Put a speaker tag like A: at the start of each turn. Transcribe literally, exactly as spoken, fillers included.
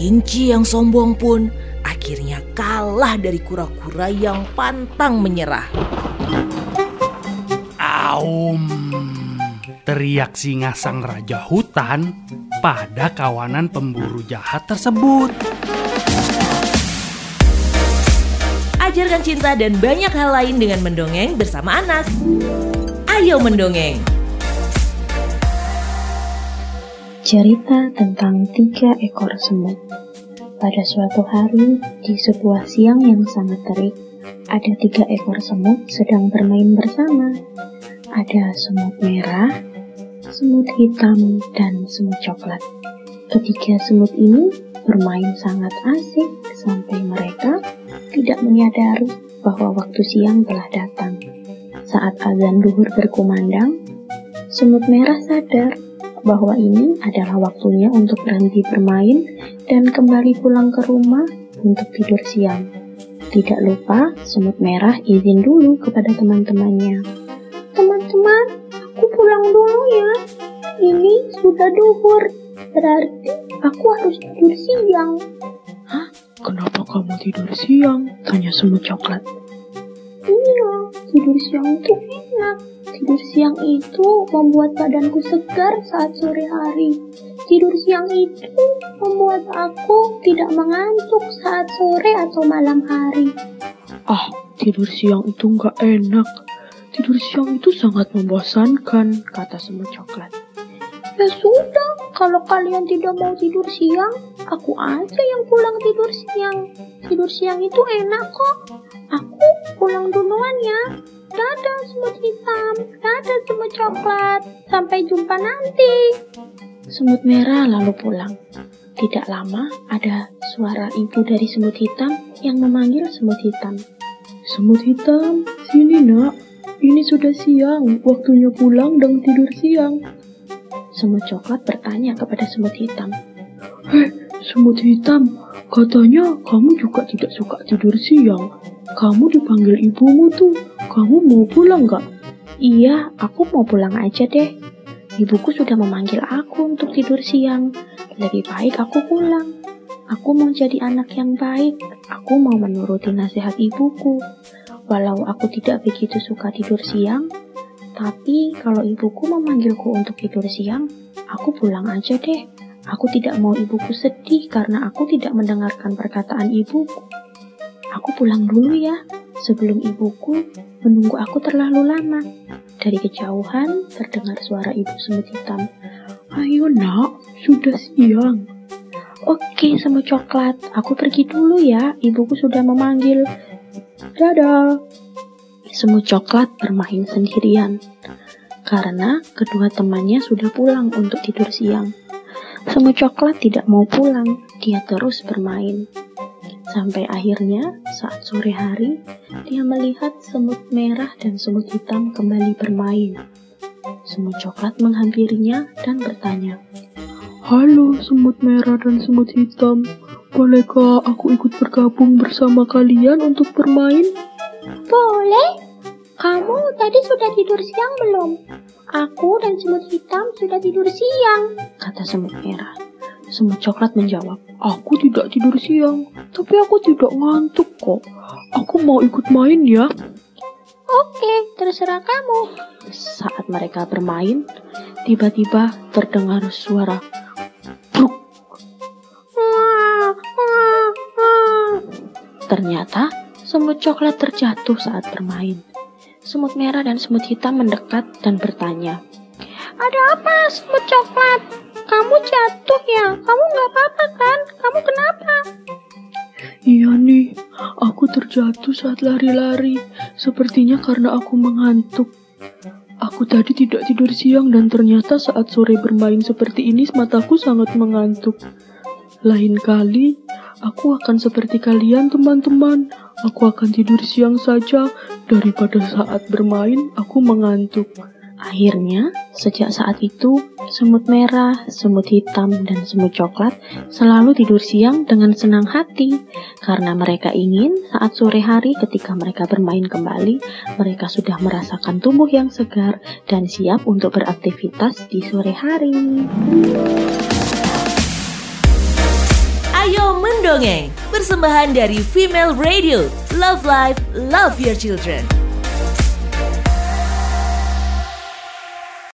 A: Kelinci yang sombong pun akhirnya kalah dari kura-kura yang pantang menyerah.
B: Aum, teriak singa sang raja hutan pada kawanan pemburu jahat tersebut.
A: Ajarkan cinta dan banyak hal lain dengan mendongeng bersama anak. Ayo mendongeng.
C: Cerita tentang tiga ekor semut. Pada suatu hari, di sebuah siang yang sangat terik, ada tiga ekor semut sedang bermain bersama. Ada semut merah, semut hitam, dan semut coklat. Ketiga semut ini bermain sangat asik sampai mereka tidak menyadari bahwa waktu siang telah datang. Saat azan duhur berkumandang, semut merah sadar bahwa ini adalah waktunya untuk berhenti bermain dan kembali pulang ke rumah untuk tidur siang. Tidak lupa, semut merah izin dulu kepada teman-temannya. Teman-teman, aku pulang dulu ya. Ini sudah duhur, berarti aku harus tidur siang.
D: Hah? Kenapa kamu tidur siang? Tanya semut coklat.
C: Iya, tidur siang itu enak. Tidur siang itu membuat badanku segar saat sore hari. Tidur siang itu membuat aku tidak mengantuk saat sore atau malam hari.
D: Ah, tidur siang itu nggak enak. Tidur siang itu sangat membosankan, kata semut coklat.
C: Ya sudah, kalau kalian tidak mau tidur siang, aku aja yang pulang tidur siang. Tidur siang itu enak kok. Aku pulang duluan ya. Dadah semut hitam, dadah semut coklat. Sampai jumpa nanti. Semut merah lalu pulang. Tidak lama ada suara ibu dari semut hitam yang memanggil semut hitam.
D: Semut hitam, sini nak. Ini sudah siang, waktunya pulang dan tidur siang.
C: Semut coklat bertanya kepada semut hitam.
D: Hei, semut hitam, katanya kamu juga tidak suka tidur siang. Kamu dipanggil ibumu tuh, kamu mau pulang gak?
C: Iya, aku mau pulang aja deh. Ibuku sudah memanggil aku untuk tidur siang. Lebih baik aku pulang. Aku mau jadi anak yang baik. Aku mau menuruti nasihat ibuku. Walau aku tidak begitu suka tidur siang, tapi kalau ibuku memanggilku untuk tidur siang, aku pulang aja deh. Aku tidak mau ibuku sedih karena aku tidak mendengarkan perkataan ibuku. Aku pulang dulu ya, sebelum ibuku menunggu aku terlalu lama. Dari kejauhan terdengar suara ibu semut hitam.
D: Ayo nak, sudah siang.
C: Oke semut coklat, aku pergi dulu ya, ibuku sudah memanggil.
D: Dadah.
C: Semut coklat bermain sendirian karena kedua temannya sudah pulang untuk tidur siang. Semut coklat tidak mau pulang, dia terus bermain. Sampai akhirnya saat sore hari, dia melihat semut merah dan semut hitam kembali bermain. Semut coklat menghampirinya dan bertanya,
D: Halo semut merah dan semut hitam, bolehkah aku ikut bergabung bersama kalian untuk bermain?
C: Boleh. Kamu tadi sudah tidur siang belum? Aku dan semut hitam sudah tidur siang, kata semut merah.
D: Semut coklat menjawab, aku tidak tidur siang, tapi aku tidak ngantuk kok. Aku mau ikut main ya.
C: Oke, terserah kamu. Saat mereka bermain, tiba-tiba terdengar suara bruk. Ternyata semut coklat terjatuh saat bermain. Semut merah dan semut hitam mendekat dan bertanya, Ada apa semut coklat? Kamu jatuh ya? Kamu gak apa-apa kan? Kamu kenapa?
D: Iya nih, aku terjatuh saat lari-lari. Sepertinya karena aku mengantuk. Aku tadi tidak tidur siang dan ternyata saat sore bermain seperti ini mataku sangat mengantuk. Lain kali, aku akan seperti kalian teman-teman. Aku akan tidur siang saja daripada saat bermain aku mengantuk.
C: Akhirnya, sejak saat itu, semut merah, semut hitam, dan semut coklat selalu tidur siang dengan senang hati. Karena mereka ingin saat sore hari ketika mereka bermain kembali, mereka sudah merasakan tubuh yang segar dan siap untuk beraktivitas di sore hari.
A: Ayo Mendongeng, persembahan dari Female Radio. Love life, love your children.